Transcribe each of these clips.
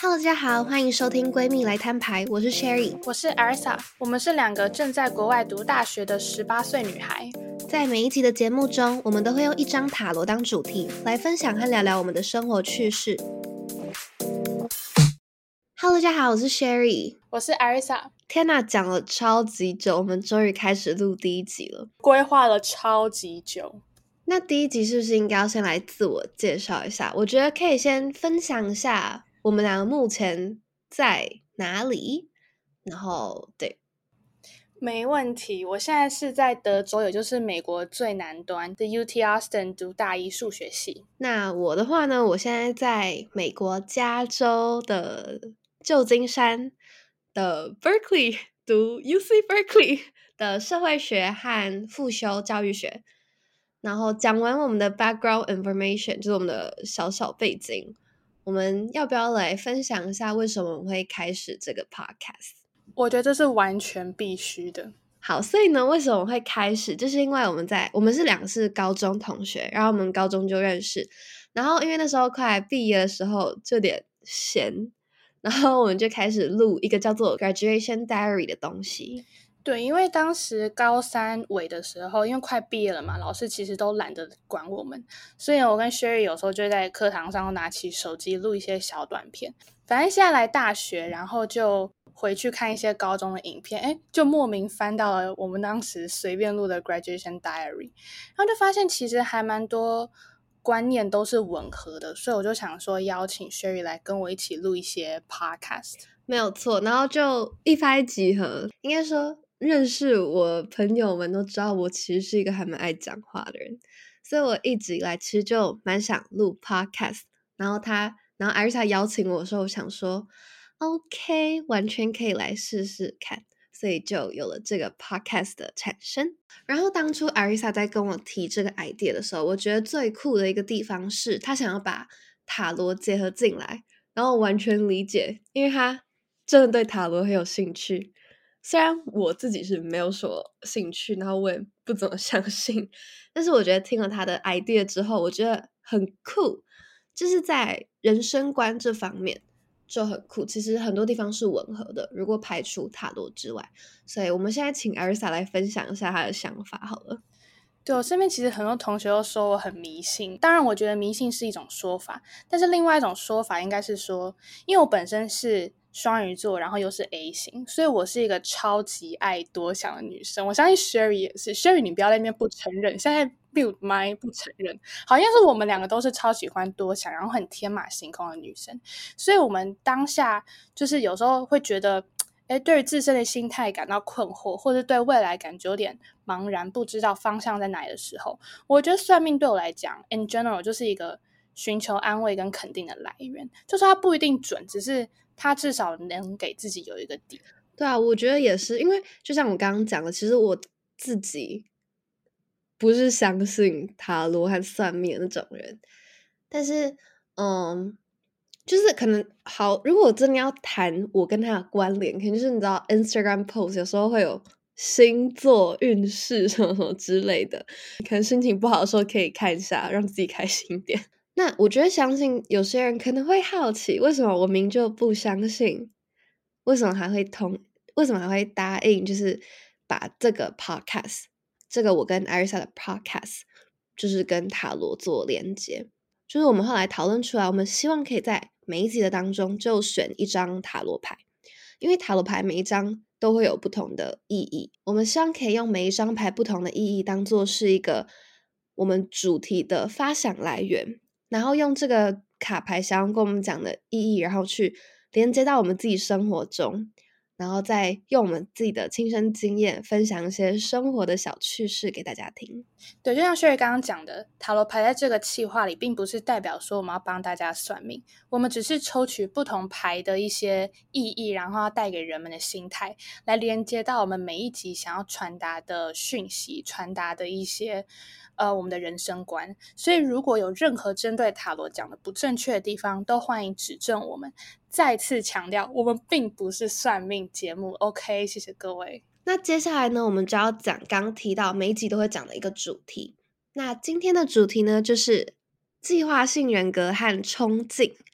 Hello， 大家好，欢迎收听闺蜜来摊牌，我是 Sherry， 我是 Arisa， 我们是两个正在国外读大学的18岁女孩。 在每一集的节目中，我们都会用一张塔罗当主题，来分享和聊聊我们的生活趣事。Hello， 大家好，我是 Sherry， 我是 Arisa。 天哪，讲了超级久，我们终于开始录第一集了， 规划了超级久。 那第一集是不是应该要先来自我介绍一下？我觉得可以先分享一下我们两个目前在哪里，然后对。 没问题，我现在是在德州，也就是美国最南端的 UT Austin 读大一数学系。 那我的话呢，我现在在美国加州的旧金山的 Berkeley 读 UC Berkeley 的社会学和复修教育学。然后讲完我们的 background information， 就是我们的小小背景，我们要不要来分享一下为什么我们会开始这个 podcast？ 我觉得这是完全必须的。 好，所以呢，为什么会开始？就是因为我们是两个是高中同学，然后我们高中就认识，然后因为那时候快毕业的时候就有点闲，然后我们就开始录一个叫做 graduation diary 的东西。 对，因为当时高三尾的时候，因为快毕业了嘛，老师其实都懒得管我们，所以我跟 Sherry 有时候就在课堂上拿起手机录一些小短片。反正现在来大学，然后就回去看一些高中的影片，就莫名翻到了我们当时随便录的 graduation diary， 然后就发现其实还蛮多观念都是吻合的，所以我就想说邀请 Sherry 来跟我一起录一些 podcast。 没有错，然后就一拍即合，应该说认识我朋友们都知道我其实是一个还蛮爱讲话的人，所以我一直以来其实就蛮想录 podcast， 然后艾瑞莎邀请我的时候，我想说 OK， 完全可以来试试看，所以就有了这个 podcast 的产生。然后当初艾瑞莎在跟我提这个 idea 的时候，我觉得最酷的一个地方是她想要把塔罗结合进来，然后完全理解，因为她真的对塔罗很有兴趣，虽然我自己是没有什么兴趣，然后我也不怎么相信，但是我觉得听了他的 idea 之后，我觉得很酷，就是在人生观这方面就很酷，其实很多地方是吻合的，如果排除塔罗之外，所以我们现在请 Arisa 来分享一下她的想法好了。 对，我身边其实很多同学都说我很迷信，当然我觉得迷信是一种说法，但是另外一种说法应该是说，因为我本身是双鱼座，然后又是 A 型，所以我是一个超级爱多想的女生。我相信 Sherry 也是，Sherry 你不要在那边不承认，现在 mute my 不承认，好像是我们两个都是超喜欢多想，然后很天马行空的女生，所以我们当下就是有时候会觉得对于自身的心态感到困惑，或者对未来感觉有点茫然，不知道方向在哪里的时候，我觉得算命对我来讲 in general 就是一个寻求安慰跟肯定的来源，就是它不一定准，只是它至少能给自己有一个底。 对啊，我觉得也是，因为就像我刚刚讲的，其实我自己不是相信塔罗和算命的那种人，但是就是可能好，如果我真的要谈我跟他的关联，可能就是你知道 Instagram post 有时候会有星座运势什么什么之类的，可能心情不好的时候可以看一下，让自己开心一点。那我觉得相信有些人可能会好奇，为什么我明就不相信，为什么还会答应，就是把这个 podcast， 这个我跟 Arisa 的 podcast， 就是跟塔罗做连接。就是我们后来讨论出来，我们希望可以在每一集的当中就选一张塔罗牌，因为塔罗牌每一张都会有不同的意义，我们希望可以用每一张牌不同的意义当做是一个我们主题的发想来源，然后用这个卡牌想要跟我们讲的意义，然后去连接到我们自己生活中，然后再用我们自己的亲身经验分享一些生活的小趣事给大家听。 对，就像 Sherry 刚刚讲的，塔罗牌在这个企划里并不是代表说我们要帮大家算命，我们只是抽取不同牌的一些意义，然后要带给人们的心态，来连接到我们每一集想要传达的讯息，传达的一些我们的人生观。所以如果有任何针对塔罗讲的不正确的地方，都欢迎指正我们。再次强调，我们并不是算命节目 OK， 谢谢各位。 那接下来呢，我们就要讲刚刚提到每一集都会讲的一个主题。那今天的主题呢，就是计划性人格和冲劲。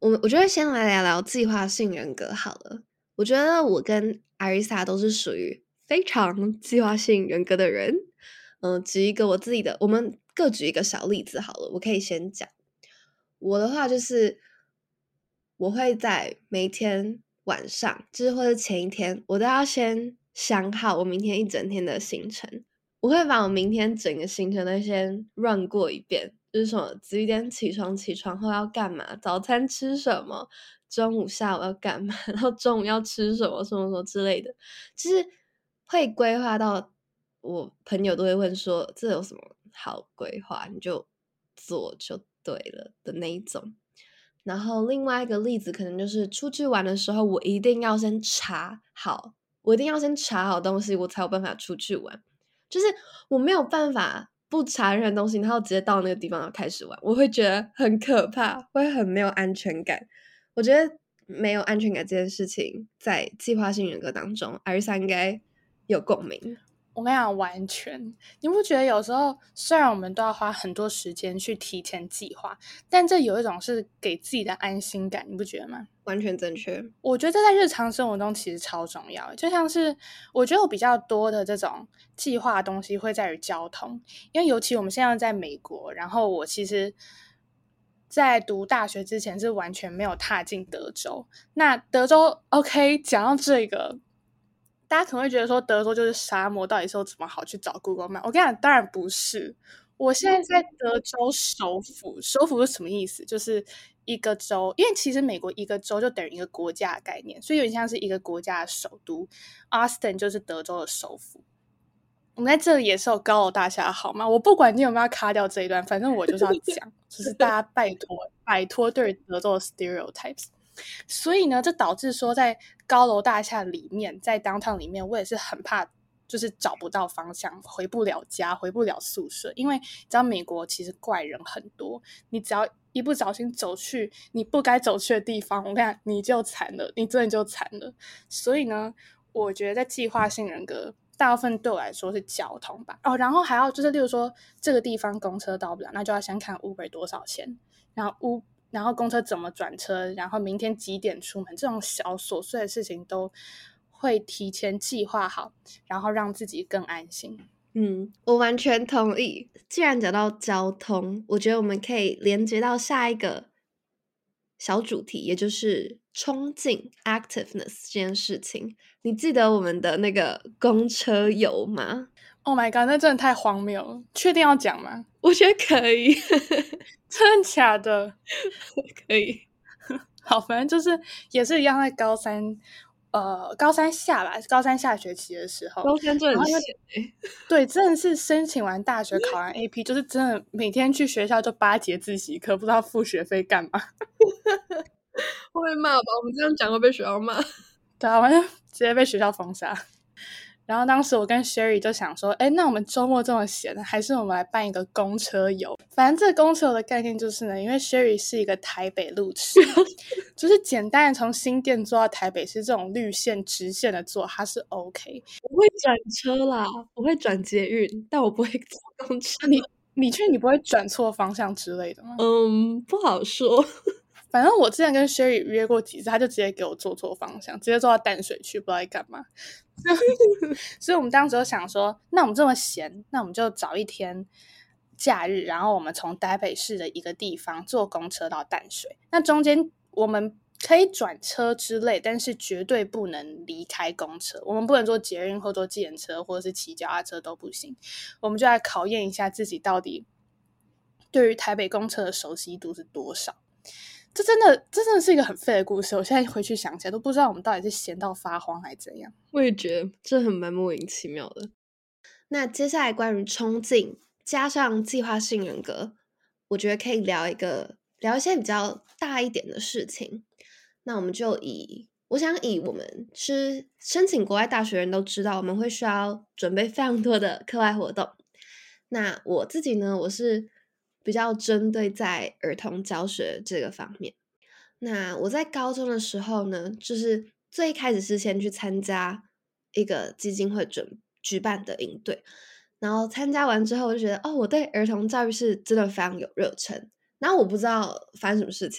我觉得先来聊聊计划性人格好了。我觉得我跟阿丽萨都是属于非常计划性人格的人。举一个我自己的，我们各举一个小例子好了。我可以先讲我的话，就是我会在每天晚上，就是或者前一天，我都要先想好我明天一整天的行程。我会把我明天整个行程都先 run 过一遍，就是什么几点起床，起床后要干嘛，早餐吃什么，中午下午要干嘛，然后中午要吃什么什么什么之类的，就是会规划到我朋友都会问说这有什么好规划，你就做就对了的那一种。然后另外一个例子可能就是出去玩的时候，我一定要先查好，我一定要先查好东西，我才有办法出去玩。就是我没有办法不查任何东西，然后直接到那个地方要开始玩，我会觉得很可怕，会很没有安全感。我觉得没有安全感这件事情，在计划性人格当中，艾瑞莎应该有共鸣。 我跟你讲，完全，你不觉得有时候虽然我们都要花很多时间去提前计划，但这有一种是给自己的安心感，你不觉得吗？ 完全正确。 我觉得这在日常生活中其实超重要，就像是我觉得我比较多的这种计划的东西会在于交通，因为尤其我们现在在美国，然后我其实在读大学之前是完全没有踏进德州。那德州 OK， 讲到这个，大家可能会觉得说德州就是沙漠，到底是有怎么好去找 Google Map？我跟你讲，当然不是。我现在在德州首府，首府是什么意思？就是一个州，因为其实美国一个州就等于一个国家的概念，所以有点像是一个国家的首都。Austin 就是德州的首府。我们在这里也是有高楼大厦，好吗？我不管你有没有卡掉这一段，反正我就是要讲，就是大家拜托对德州的 stereotypes。所以呢，这导致说在高楼大厦里面，在 downtown 里面，我也是很怕，就是找不到方向，回不了家，回不了宿舍。因为你知道美国其实怪人很多，你只要一不小心走去你不该走去的地方，我看你就惨了，你真的就惨了。所以呢，我觉得在计划性人格大部分对我来说是交通吧。然后还要就是例如说这个地方公车到不了，那就要先看 Uber 多少钱，然后公车怎么转车，然后明天几点出门，这种小琐碎的事情都会提前计划好，然后让自己更安心。 我完全同意。既然讲到交通，我觉得我们可以连接到下一个小主题，也就是冲劲 activeness 这件事情。你记得我们的那个公车游吗？ Oh my god， 那真的太荒谬了！确定要讲吗？ 我觉得可以。 真的假的？ 可以。 好，反正就是也是一样，在高三下学期的时候， 高三就很闲对，真的是申请完大学考完 AP， 就是真的每天去学校就8节自习课，不知道付学费干嘛。 会被骂吧？我们这样讲会被学校骂。 对啊，反正直接被学校封杀。然后当时我跟 Sherry 就想说，那我们周末这么闲，还是我们来办一个公车游。反正这个公车游的概念就是呢，因为 Sherry 是一个台北路痴，就是简单的从新店坐到台北市这种绿线直线的坐，它是 OK。 我会转车啦，我会转捷运，但我不会坐公车。 你确定你不会转错方向之类的吗？ 不好说。 反正我之前跟 Sherry 约过几次，他就直接给我坐错方向，直接坐到淡水去，不知道在干嘛。所以我们当时就想说，那我们这么闲，那我们就找一天假日，然后我们从台北市的一个地方坐公车到淡水。那中间我们可以转车之类，但是绝对不能离开公车。我们不能坐捷运或坐计程车，或者是骑脚踏车都不行。我们就来考验一下自己到底对于台北公车的熟悉度是多少。这真的是一个很废的故事，我现在回去想起来都不知道我们到底是闲到发慌还是怎样。 我也觉得这很蛮莫名其妙的。那接下来关于冲劲加上计划性人格，我觉得可以聊一些比较大一点的事情。那我们就我想以我们是申请国外大学人都知道，我们会需要准备非常多的课外活动。那我自己呢，我是比较针对在儿童教学这个方面。那我在高中的时候呢，就是最开始是先去参加一个基金会举办的营队，然后参加完之后我就觉得，我对儿童教育是真的非常有热忱。然后我不知道发生什么事情，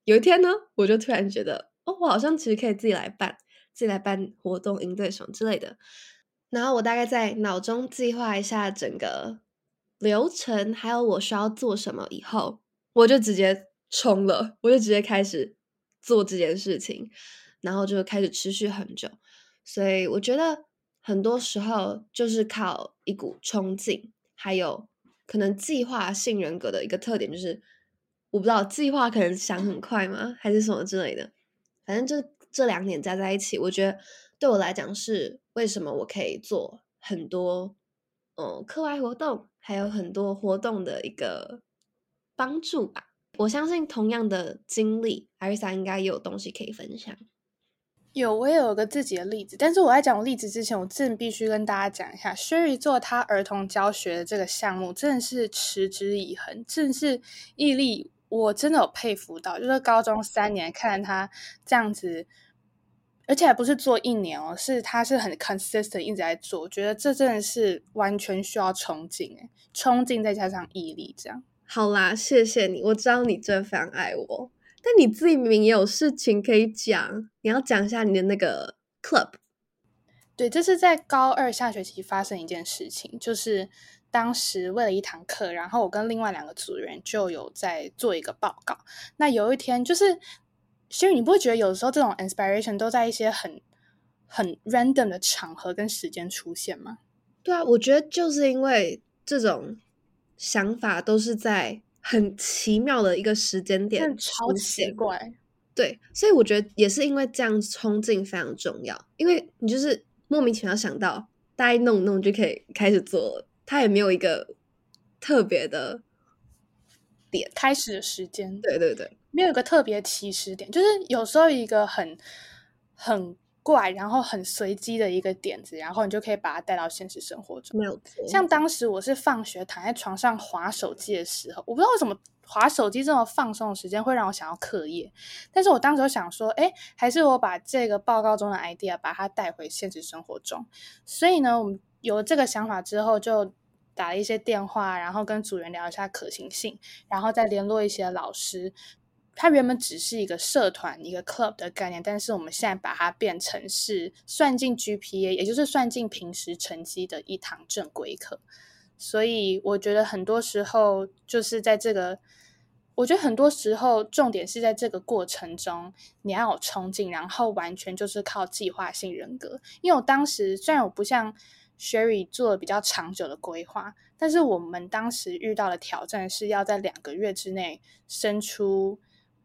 有一天呢，我就突然觉得，我好像其实可以自己来办活动、营队什么之类的。然后我大概在脑中计划一下整个流程，还有我需要做什么以后，我就直接冲了，我就直接开始做这件事情，然后就开始持续很久。所以我觉得很多时候就是靠一股冲劲，还有可能计划性人格的一个特点就是，我不知道计划可能想很快吗，还是什么之类的。反正就这两点加在一起，我觉得对我来讲是为什么我可以做很多课外活动，还有很多活动的一个帮助吧。我相信同样的经历，艾瑞莎应该也有东西可以分享。 有，我也有个自己的例子，但是我在讲我例子之前，我真的必须跟大家讲一下，Sherry 做他儿童教学的这个项目，真的是持之以恒，真的是毅力，我真的有佩服到。就是高中3年看着他这样子，而且还不是做1年哦，他是很 consistent 一直在做，我觉得这真的是完全需要冲劲，冲劲再加上毅力这样。 好啦，谢谢你，我知道你真的非常爱我，但你自己明明也有事情可以讲，你要讲一下你的那个 club。 对，这是在高2下学期发生一件事情，就是当时为了一堂课，然后我跟另外2个组员就有在做一个报告。那有一天就是其实你不会觉得有的时候这种 inspiration 都在一些很 random 的场合跟时间出现吗？ 对啊，我觉得就是因为这种想法都是在很奇妙的一个时间点超出现。 奇怪。 对，所以我觉得也是因为这样冲劲非常重要，因为你就是莫名其妙想到，大家弄弄就可以开始做了，它也没有一个特别的点。 开始的时间对对对， 没有一个特别起始点，就是有时候一个很怪，然后很随机的一个点子，然后你就可以把它带到现实生活中。 没有错。 像当时我是放学躺在床上滑手机的时候，我不知道为什么滑手机这么放松的时间会让我想要课业，但是我当时就想说，还是我把这个报告中的 idea 把它带回现实生活中。所以呢，我们有了这个想法之后，就打了一些电话，然后跟组员聊一下可行性，然后再联络一些老师。它原本只是一个社团、一个 club 的概念，但是我们现在把它变成是算进 GPA， 也就是算进平时成绩的一堂正规课。所以我觉得很多时候就是在这个，我觉得很多时候重点是在这个过程中，你要有冲劲，然后完全就是靠计划性人格。因为我当时虽然我不像 Sherry 做了比较长久的规划，但是我们当时遇到的挑战是要在2个月之内生出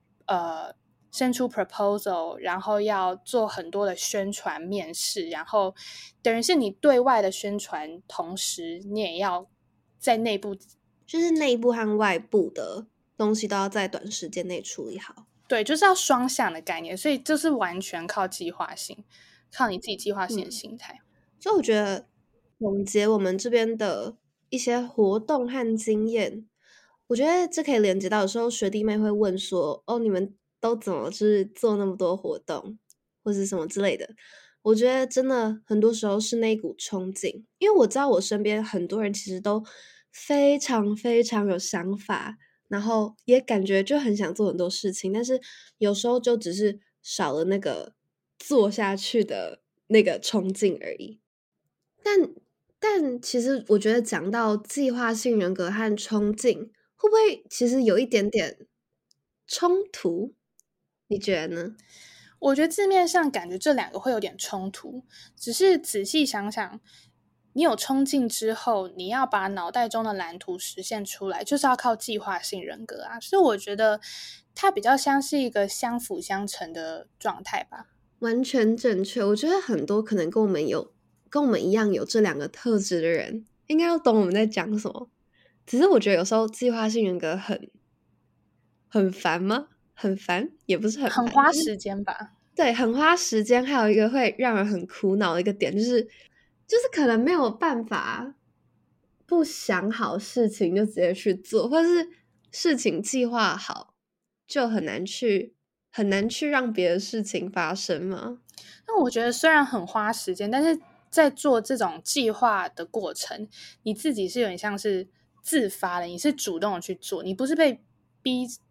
proposal， 然后要做很多的宣传面试，然后等于是你对外的宣传，同时你也要在内部， 就是内部和外部的东西都要在短时间内处理好。 对，就是要双向的概念，所以就是完全靠计划性，靠你自己计划性的心态。 所以我觉得总结我们这边的一些活动和经验，我觉得这可以连接到有时候学弟妹会问说：“哦，你们都怎么就是做那么多活动，或是什么之类的？”我觉得真的很多时候是那一股冲劲，因为我知道我身边很多人其实都非常非常有想法，然后也感觉就很想做很多事情，但是有时候就只是少了那个做下去的那个冲劲而已。但其实我觉得讲到计划性人格和冲劲，会不会其实有一点点冲突？你觉得呢？ 我觉得字面上感觉这2个会有点冲突，只是仔细想想，你有冲劲之后，你要把脑袋中的蓝图实现出来，就是要靠计划性人格啊。所以我觉得它比较像是一个相辅相成的状态吧。 完全正确，我觉得很多可能跟我们一样有这两个特质的人，应该要懂我们在讲什么。只是我觉得有时候计划性人格很烦吗？很烦，也不是很烦，就是很花时间吧。 对，很花时间。还有一个会让人很苦恼的一个点，就是可能没有办法不想好事情就直接去做，或是事情计划好就很难去让别的事情发生嘛。 那我觉得虽然很花时间，但是在做这种计划的过程，你自己是有点像是自发的，你是主动的去做，你不是被逼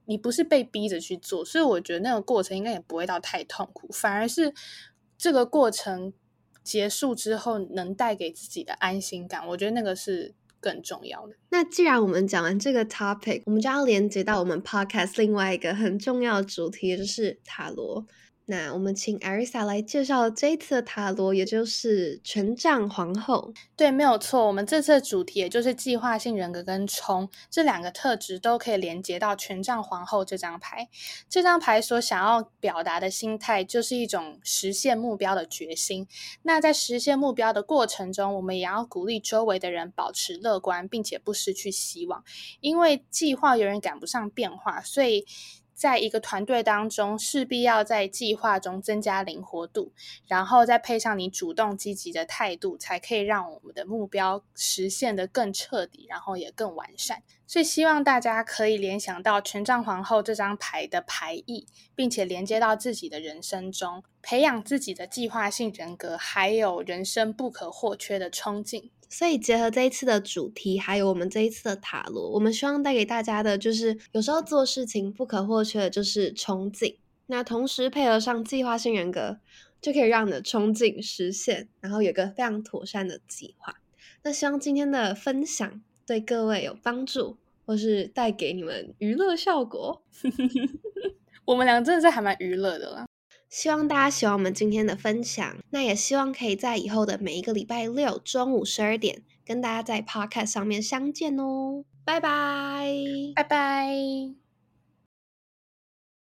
你不是被逼着去做，所以我觉得那个过程应该也不会到太痛苦，反而是这个过程结束之后能带给自己的安心感，我觉得那个是更重要的。 那既然我们讲完这个 topic， 我们就要连接到我们 podcast 另外一个很重要的主题，也就是塔罗。那我们请 Arisa 来介绍这一次的塔罗，也就是权杖皇后。 对，没有错，我们这次的主题也就是计划性人格跟冲这两个特质都可以连接到权杖皇后这张牌。这张牌所想要表达的心态就是一种实现目标的决心。那在实现目标的过程中，我们也要鼓励周围的人保持乐观，并且不失去希望。因为计划永远赶不上变化，所以在一个团队当中，势必要在计划中增加灵活度，然后再配上你主动积极的态度，才可以让我们的目标实现得更彻底，然后也更完善。所以希望大家可以联想到权杖皇后这张牌的牌意，并且连接到自己的人生中，培养自己的计划性人格，还有人生不可或缺的冲劲。 所以结合这一次的主题，还有我们这一次的塔罗，我们希望带给大家的就是有时候做事情不可或缺的就是冲劲，那同时配合上计划性人格，就可以让你的冲劲实现，然后有个非常妥善的计划。那希望今天的分享对各位有帮助，或是带给你们娱乐效果。 我们俩真的是还蛮娱乐的啦。 希望大家喜欢我们今天的分享，那也希望可以在以后的每一个礼拜六中午12点跟大家在 Podcast 上面相见哦，拜拜， 拜拜。